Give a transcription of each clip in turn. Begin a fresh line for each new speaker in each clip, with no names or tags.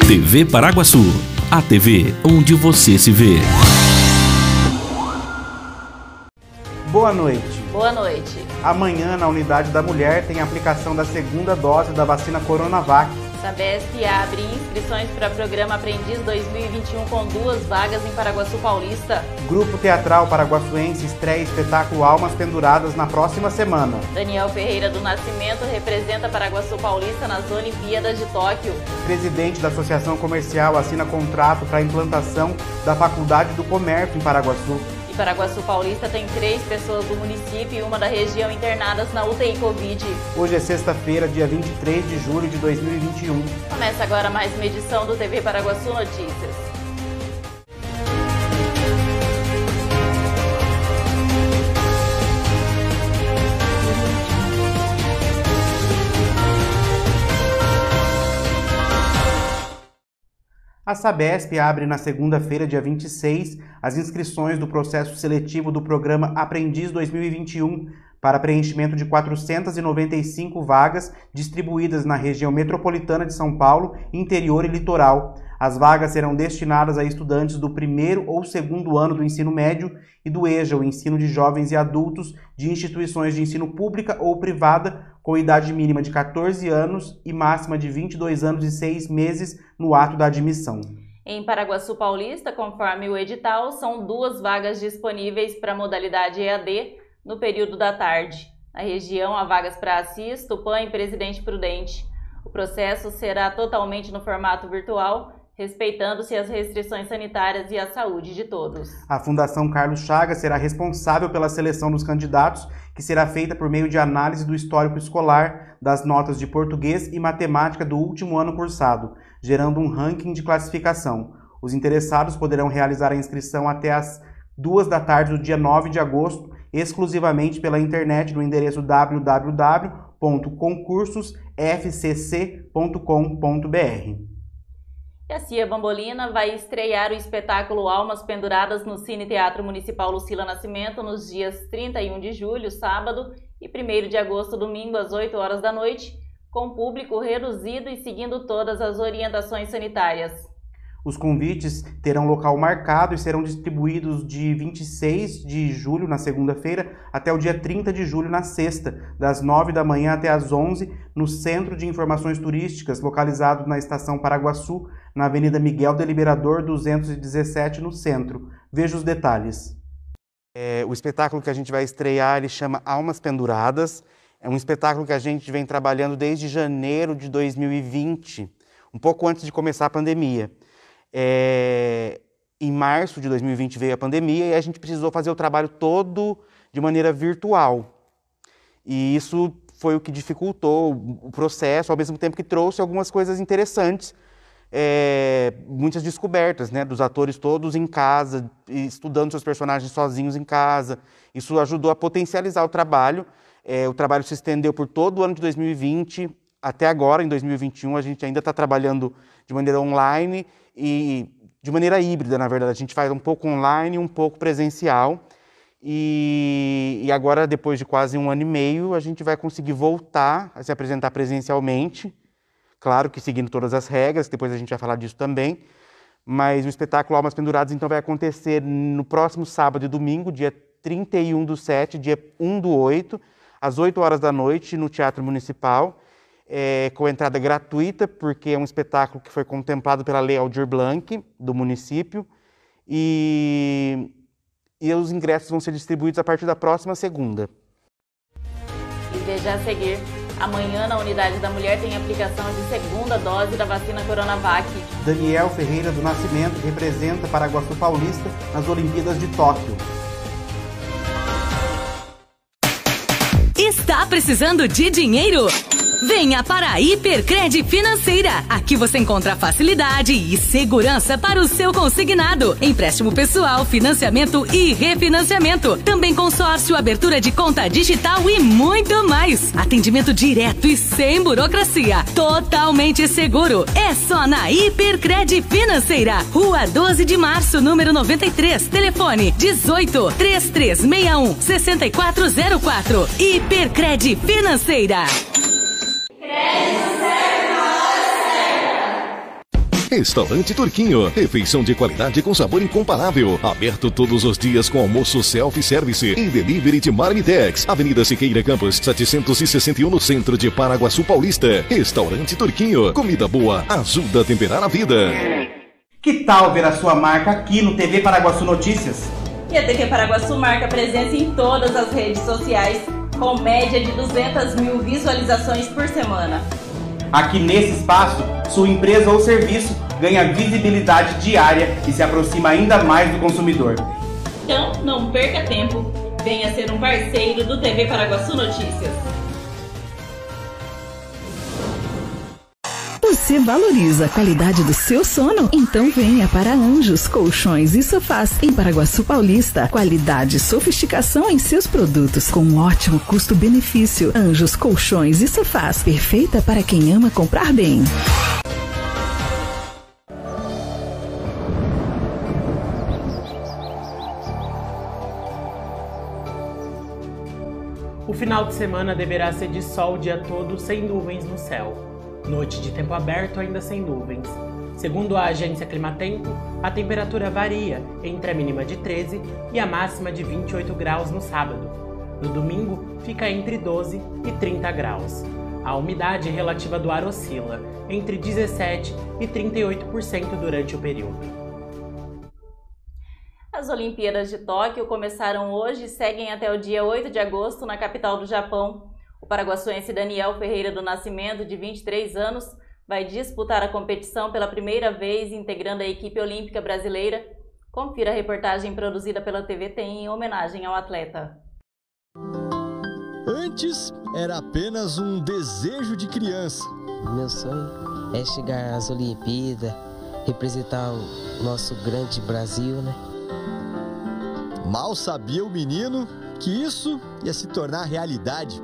TV Paraguaçu, a TV onde você se vê.
Boa noite.
Boa noite.
Amanhã, na Unidade da Mulher, tem a aplicação da segunda dose da vacina Coronavac.
Sabesp abre inscrições para o programa Aprendiz 2021 com 2 vagas em Paraguaçu Paulista.
Grupo Teatral Paraguaçuense estreia espetáculo Almas Penduradas na próxima semana.
Daniel Ferreira do Nascimento representa Paraguaçu Paulista nas Olimpíadas de Tóquio.
Presidente da Associação Comercial assina contrato para a implantação da Faculdade do Comércio em Paraguaçu.
E Paraguaçu Paulista tem 3 pessoas do município e uma da região internadas na UTI Covid.
Hoje é sexta-feira, dia 23 de julho de 2021.
Começa agora mais uma edição do TV Paraguaçu Notícias.
A Sabesp abre na segunda-feira, dia 26, as inscrições do processo seletivo do programa Aprendiz 2021 para preenchimento de 495 vagas distribuídas na região metropolitana de São Paulo, interior e litoral. As vagas serão destinadas a estudantes do primeiro ou segundo ano do ensino médio e do EJA, o ensino de jovens e adultos, de instituições de ensino pública ou privada, com idade mínima de 14 anos e máxima de 22 anos e 6 meses no ato da admissão.
Em Paraguaçu Paulista, conforme o edital, são 2 vagas disponíveis para a modalidade EAD no período da tarde. Na região, há vagas para Assis, Tupã e Presidente Prudente. O processo será totalmente no formato virtual, respeitando-se as restrições sanitárias e a saúde de todos.
A Fundação Carlos Chagas será responsável pela seleção dos candidatos, que será feita por meio de análise do histórico escolar, das notas de português e matemática do último ano cursado, gerando um ranking de classificação. Os interessados poderão realizar a inscrição até às 2 da tarde do dia 9 de agosto, exclusivamente pela internet no endereço www.concursosfcc.com.br.
E a Cia Bambolina vai estrear o espetáculo Almas Penduradas no Cine Teatro Municipal Lucila Nascimento nos dias 31 de julho, sábado, e 1º de agosto, domingo, às 8 horas da noite, com público reduzido e seguindo todas as orientações sanitárias.
Os convites terão local marcado e serão distribuídos de 26 de julho, na segunda-feira, até o dia 30 de julho, na sexta, das 9 da manhã até as 11, no Centro de Informações Turísticas, localizado na Estação Paraguaçu, na Avenida Miguel Deliberador 217, no centro. Veja os detalhes. O espetáculo que a gente vai estrear, ele chama Almas Penduradas. É um espetáculo que a gente vem trabalhando desde janeiro de 2020, um pouco antes de começar a pandemia. Em março de 2020 veio a pandemia e a gente precisou fazer o trabalho todo de maneira virtual. E isso foi o que dificultou o processo, ao mesmo tempo que trouxe algumas coisas interessantes, muitas descobertas, né, dos atores todos em casa, estudando seus personagens sozinhos em casa. Isso ajudou a potencializar o trabalho. O trabalho se estendeu por todo o ano de 2020, até agora, em 2021, a gente ainda está trabalhando de maneira online e de maneira híbrida, na verdade. A gente faz um pouco online e um pouco presencial. E agora, depois de quase 1 ano e meio, a gente vai conseguir voltar a se apresentar presencialmente. Claro que seguindo todas as regras, depois a gente vai falar disso também. Mas o espetáculo Almas Penduradas, então, vai acontecer no próximo sábado e domingo, dia 31/7, dia 1/8, às 8 horas da noite, no Teatro Municipal. Com entrada gratuita, porque é um espetáculo que foi contemplado pela Lei Aldir Blanc, do município, e os ingressos vão ser distribuídos a partir da próxima segunda.
E veja a seguir, amanhã na Unidade da Mulher tem aplicação de segunda dose da vacina Coronavac.
Daniel Ferreira do Nascimento representa Paraguaçu Paulista nas Olimpíadas de Tóquio.
Está precisando de dinheiro? Venha para a Hipercred Financeira. Aqui você encontra facilidade e segurança para o seu consignado. Empréstimo pessoal, financiamento e refinanciamento. Também consórcio, abertura de conta digital e muito mais. Atendimento direto e sem burocracia. Totalmente seguro. É só na Hipercred Financeira. Rua 12 de Março, número 93. Telefone 18 3361 6404. Hipercred Financeira.
Restaurante Turquinho, refeição de qualidade com sabor incomparável. Aberto todos os dias com almoço self-service e delivery de Marmitex. Avenida Siqueira Campos, 761 no centro de Paraguaçu Paulista. Restaurante Turquinho, comida boa ajuda a temperar a vida.
Que tal ver a sua marca aqui no TV Paraguaçu Notícias?
E a TV Paraguaçu marca presença em todas as redes sociais, com média de 200 mil visualizações por semana.
Aqui nesse espaço, sua empresa ou serviço ganha visibilidade diária e se aproxima ainda mais do consumidor.
Então, não perca tempo. Venha ser um parceiro do TV Paraguaçu Notícias.
Você valoriza a qualidade do seu sono? Então venha para Anjos Colchões e Sofás, em Paraguaçu Paulista. Qualidade e sofisticação em seus produtos, com um ótimo custo-benefício. Anjos Colchões e Sofás, perfeita para quem ama comprar bem.
O final de semana deverá ser de sol o dia todo, sem nuvens no céu. Noite de tempo aberto, ainda sem nuvens. Segundo a agência Climatempo, a temperatura varia entre a mínima de 13 e a máxima de 28 graus no sábado. No domingo, fica entre 12 e 30 graus. A umidade relativa do ar oscila entre 17% e 38% durante o período.
As Olimpíadas de Tóquio começaram hoje e seguem até o dia 8 de agosto na capital do Japão. O paraguaçuense Daniel Ferreira do Nascimento, de 23 anos, vai disputar a competição pela primeira vez, integrando a equipe olímpica brasileira. Confira a reportagem produzida pela TVT em homenagem ao atleta.
Antes, era apenas um desejo de criança.
Meu sonho é chegar às Olimpíadas, representar o nosso grande Brasil, né?
Mal sabia o menino que isso ia se tornar realidade.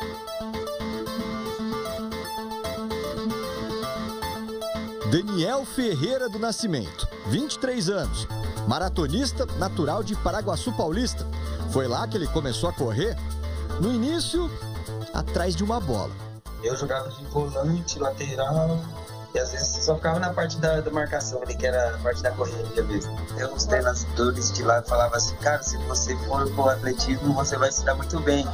Daniel Ferreira do Nascimento, 23 anos, maratonista natural de Paraguaçu Paulista. Foi lá que ele começou a correr, no início, atrás de uma bola.
Eu jogava de volante, lateral, e às vezes só ficava na parte da marcação ali, que era a parte da correria mesmo. Tem uns treinadores de lá que falavam assim, cara, se você for pro atletismo, você vai se dar muito bem.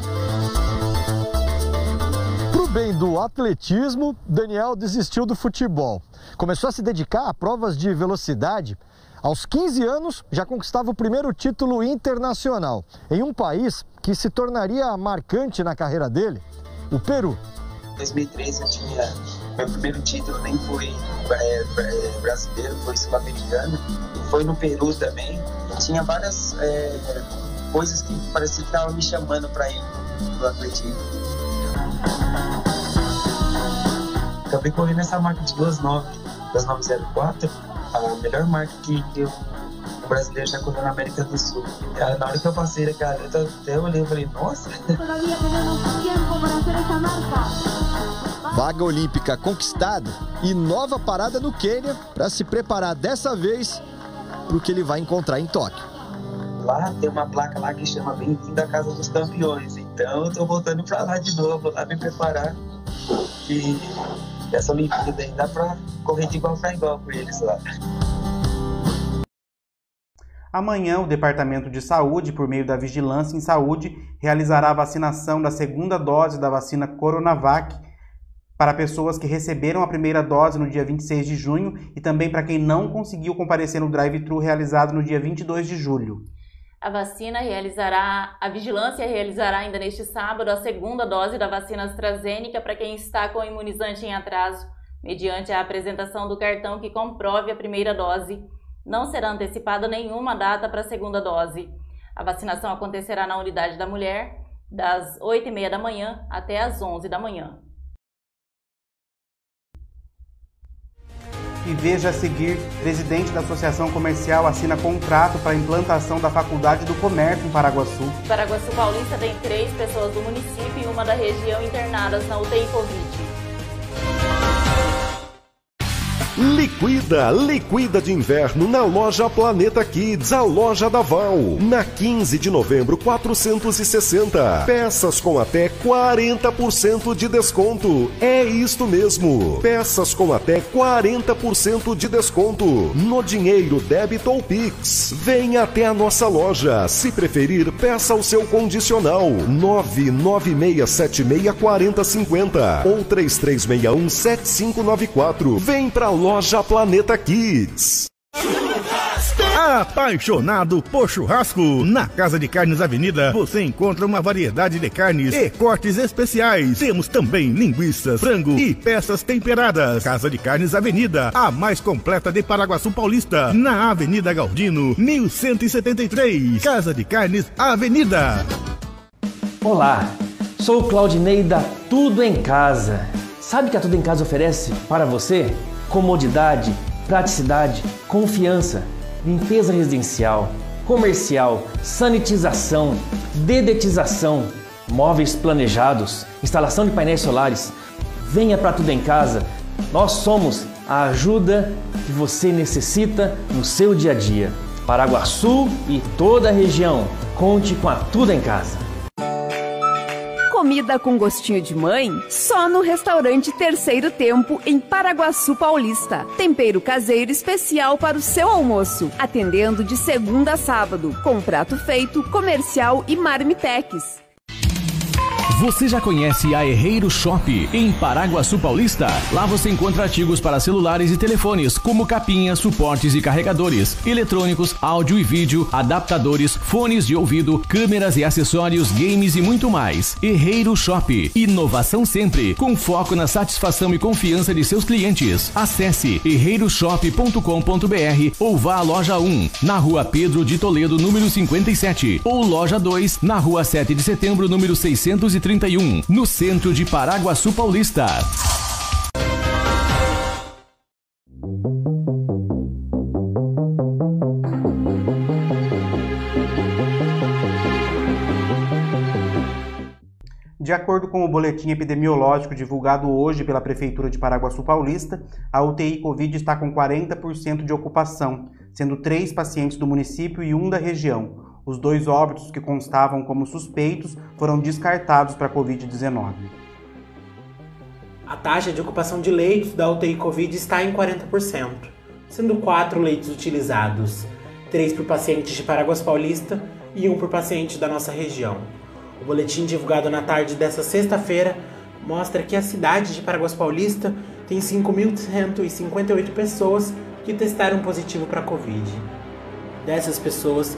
Pro bem do atletismo, Daniel desistiu do futebol. Começou a se dedicar a provas de velocidade. Aos 15 anos, já conquistava o primeiro título internacional, em um país que se tornaria marcante na carreira dele, o Peru.
Em 2013 eu tinha meu primeiro título, nem foi brasileiro, foi sul-americano, e foi no Peru também. E tinha várias coisas que parecia que estavam me chamando para ir pro atletismo. Acabei correndo essa marca de 2904, a melhor marca que o brasileiro já correu na América do Sul. Na hora que eu passei daquela letra, até eu olhei e falei, nossa!
Vaga olímpica conquistada e nova parada no Quênia para se preparar dessa vez para o que ele vai encontrar em Tóquio.
Lá tem uma placa lá que chama Bem-vindo à Casa dos Campeões, então eu tô voltando para lá de novo, lá me preparar. E essa Olimpíada aí dá para correr de igual para igual com eles lá.
Amanhã, o Departamento de Saúde, por meio da Vigilância em Saúde, realizará a vacinação da segunda dose da vacina Coronavac para pessoas que receberam a primeira dose no dia 26 de junho e também para quem não conseguiu comparecer no drive-thru realizado no dia 22 de julho.
A Vigilância realizará ainda neste sábado a segunda dose da vacina AstraZeneca para quem está com o imunizante em atraso, mediante a apresentação do cartão que comprove a primeira dose. Não será antecipada nenhuma data para a segunda dose. A vacinação acontecerá na Unidade da Mulher, das 8h30 da manhã até às 11 da manhã.
E veja a seguir, presidente da Associação Comercial assina contrato para a implantação da Faculdade do Comércio em Paraguaçu.
Paraguaçu Paulista tem 3 pessoas do município e uma da região internadas na UTI Covid.
Liquida de inverno na loja Planeta Kids, a loja da Val. Na 15 de novembro, 460. Peças com até 40% de desconto. É isto mesmo. Peças com até 40% de desconto. No dinheiro, débito ou Pix. Venha até a nossa loja. Se preferir, peça o seu condicional. 996764050 ou 33617594. Vem pra loja Planeta Kids.
Apaixonado por churrasco? Na Casa de Carnes Avenida você encontra uma variedade de carnes e cortes especiais. Temos também linguiças, frango e peças temperadas. Casa de Carnes Avenida, a mais completa de Paraguaçu Paulista, na Avenida Galdino, 1173. Casa de Carnes Avenida.
Olá, sou o Claudinei da Tudo em Casa. Sabe o que a Tudo em Casa oferece para você? Comodidade, praticidade, confiança, limpeza residencial, comercial, sanitização, dedetização, móveis planejados, instalação de painéis solares. Venha para Tudo em Casa. Nós somos a ajuda que você necessita no seu dia a dia. Paraguaçu e toda a região. Conte com a Tudo em Casa.
Comida com gostinho de mãe? Só no restaurante Terceiro Tempo, em Paraguaçu Paulista. Tempero caseiro especial para o seu almoço. Atendendo de segunda a sábado, com prato feito, comercial e marmitex.
Você já conhece a Herreiro Shop, em Paraguaçu Paulista? Lá você encontra artigos para celulares e telefones, como capinhas, suportes e carregadores, eletrônicos, áudio e vídeo, adaptadores, fones de ouvido, câmeras e acessórios, games e muito mais. Herreiro Shop, inovação sempre, com foco na satisfação e confiança de seus clientes. Acesse herreiroshop.com.br ou vá à loja 1, na Rua Pedro de Toledo, número 57, ou loja 2, na Rua 7 de Setembro, número 631, no centro de Paraguaçu Paulista.
De acordo com o boletim epidemiológico divulgado hoje pela Prefeitura de Paraguaçu Paulista, a UTI Covid está com 40% de ocupação, sendo 3 pacientes do município e 1 da região. Os 2 óbitos que constavam como suspeitos foram descartados para a Covid-19.
A taxa de ocupação de leitos da UTI Covid está em 40%, sendo 4 leitos utilizados, 3 por pacientes de Paraguaçu Paulista e 1 por paciente da nossa região. O boletim divulgado na tarde desta sexta-feira mostra que a cidade de Paraguaçu Paulista tem 5.158 pessoas que testaram positivo para a Covid. Dessas pessoas,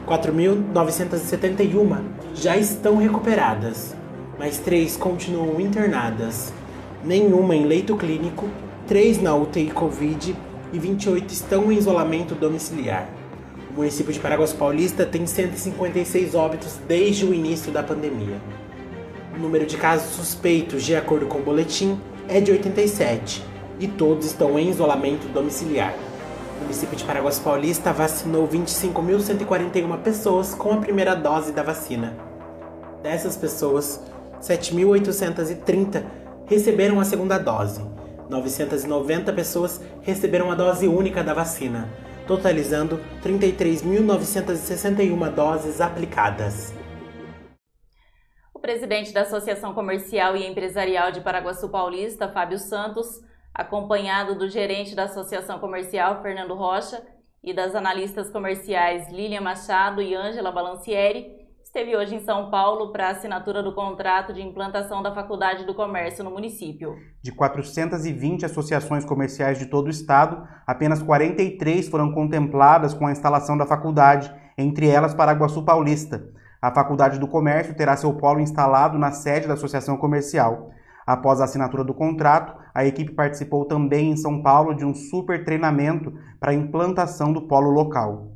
4.971 já estão recuperadas, mas 3 continuam internadas, nenhuma em leito clínico, 3 na UTI Covid e 28 estão em isolamento domiciliar. O município de Paraguaçu Paulista tem 156 óbitos desde o início da pandemia. O número de casos suspeitos, de acordo com o boletim, é de 87 e todos estão em isolamento domiciliar. O município de Paraguaçu Paulista vacinou 25.141 pessoas com a primeira dose da vacina. Dessas pessoas, 7.830 receberam a segunda dose. 990 pessoas receberam a dose única da vacina, totalizando 33.961 doses aplicadas.
O presidente da Associação Comercial e Empresarial de Paraguaçu Paulista, Fábio Santos, acompanhado do gerente da Associação Comercial, Fernando Rocha, e das analistas comerciais Lília Machado e Ângela Balancieri, esteve hoje em São Paulo para a assinatura do contrato de implantação da Faculdade do Comércio no município. De 420 associações comerciais de todo o estado, apenas 43 foram contempladas com a instalação da faculdade, entre elas Paraguaçu Paulista. A Faculdade do Comércio terá seu polo instalado na sede da Associação Comercial. Após a assinatura do contrato, a equipe participou também em São Paulo de um super treinamento para a implantação do polo local.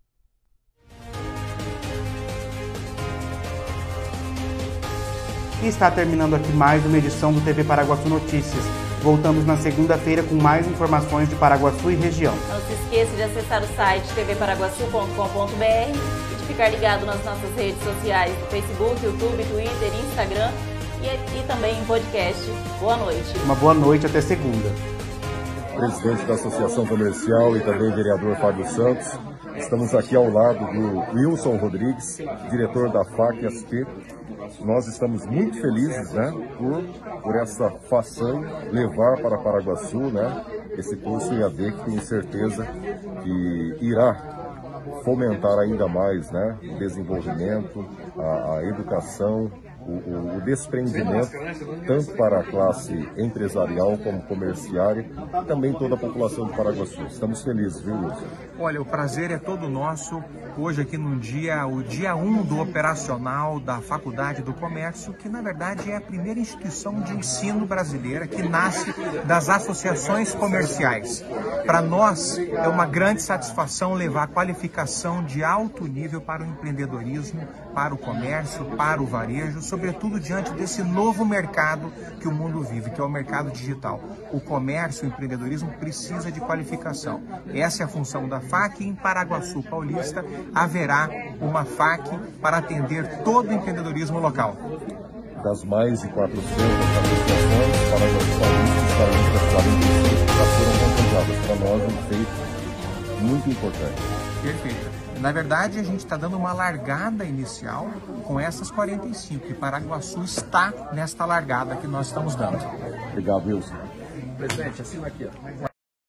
E está terminando aqui mais uma edição do TV Paraguaçu Notícias. Voltamos na segunda-feira com mais informações de Paraguaçu e região. Não se esqueça de acessar o site tvparaguaçu.com.br e de ficar ligado nas nossas redes sociais do Facebook, YouTube, Twitter, Instagram e também em podcast. Boa noite.
Uma boa noite, até segunda.
presidente da Associação Comercial e também vereador Fábio Santos. Estamos aqui ao lado do Wilson Rodrigues, diretor da FAC-SP. Nós estamos muito felizes, né, por essa façanha levar para Paraguaçu, né, esse curso EAD que tenho certeza que irá fomentar ainda mais, né, o desenvolvimento, a educação, o desprendimento, tanto para a classe empresarial como comerciária, e também toda a população de Paraguaçu. Estamos felizes, viu, Wilson?
Olha, o prazer é todo nosso. Hoje aqui no dia, o dia 1 do operacional da Faculdade do Comércio, que na verdade é a primeira instituição de ensino brasileira que nasce das associações comerciais. Para nós é uma grande satisfação levar qualificação de alto nível para o empreendedorismo, para o comércio, para o varejo, sobretudo diante desse novo mercado que o mundo vive, que é o mercado digital. O comércio, o empreendedorismo precisa de qualificação. Essa é a função da FAC. Em Paraguaçu Paulista haverá uma FAC para atender todo o empreendedorismo local.
Das mais de 400 associações, Paraguaçu Paulista está entre as 45 que já foram contempladas. Para nós é um feito muito importante.
Perfeito. Na verdade, a gente está dando uma largada inicial com essas 45, e Paraguaçu está nesta largada que nós estamos dando.
Obrigado, Wilson.
Presidente, assina aqui, ó.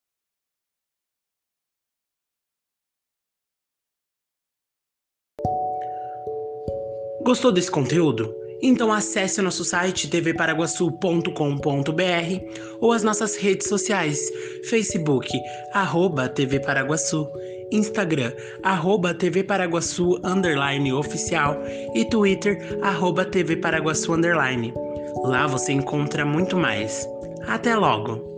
Gostou desse conteúdo? Então acesse o nosso site tvparaguaçu.com.br ou as nossas redes sociais, Facebook, @tvparaguaçu, Instagram, @tvparaguaçu_oficial e Twitter, @tvparaguaçu_. Lá você encontra muito mais. Até logo!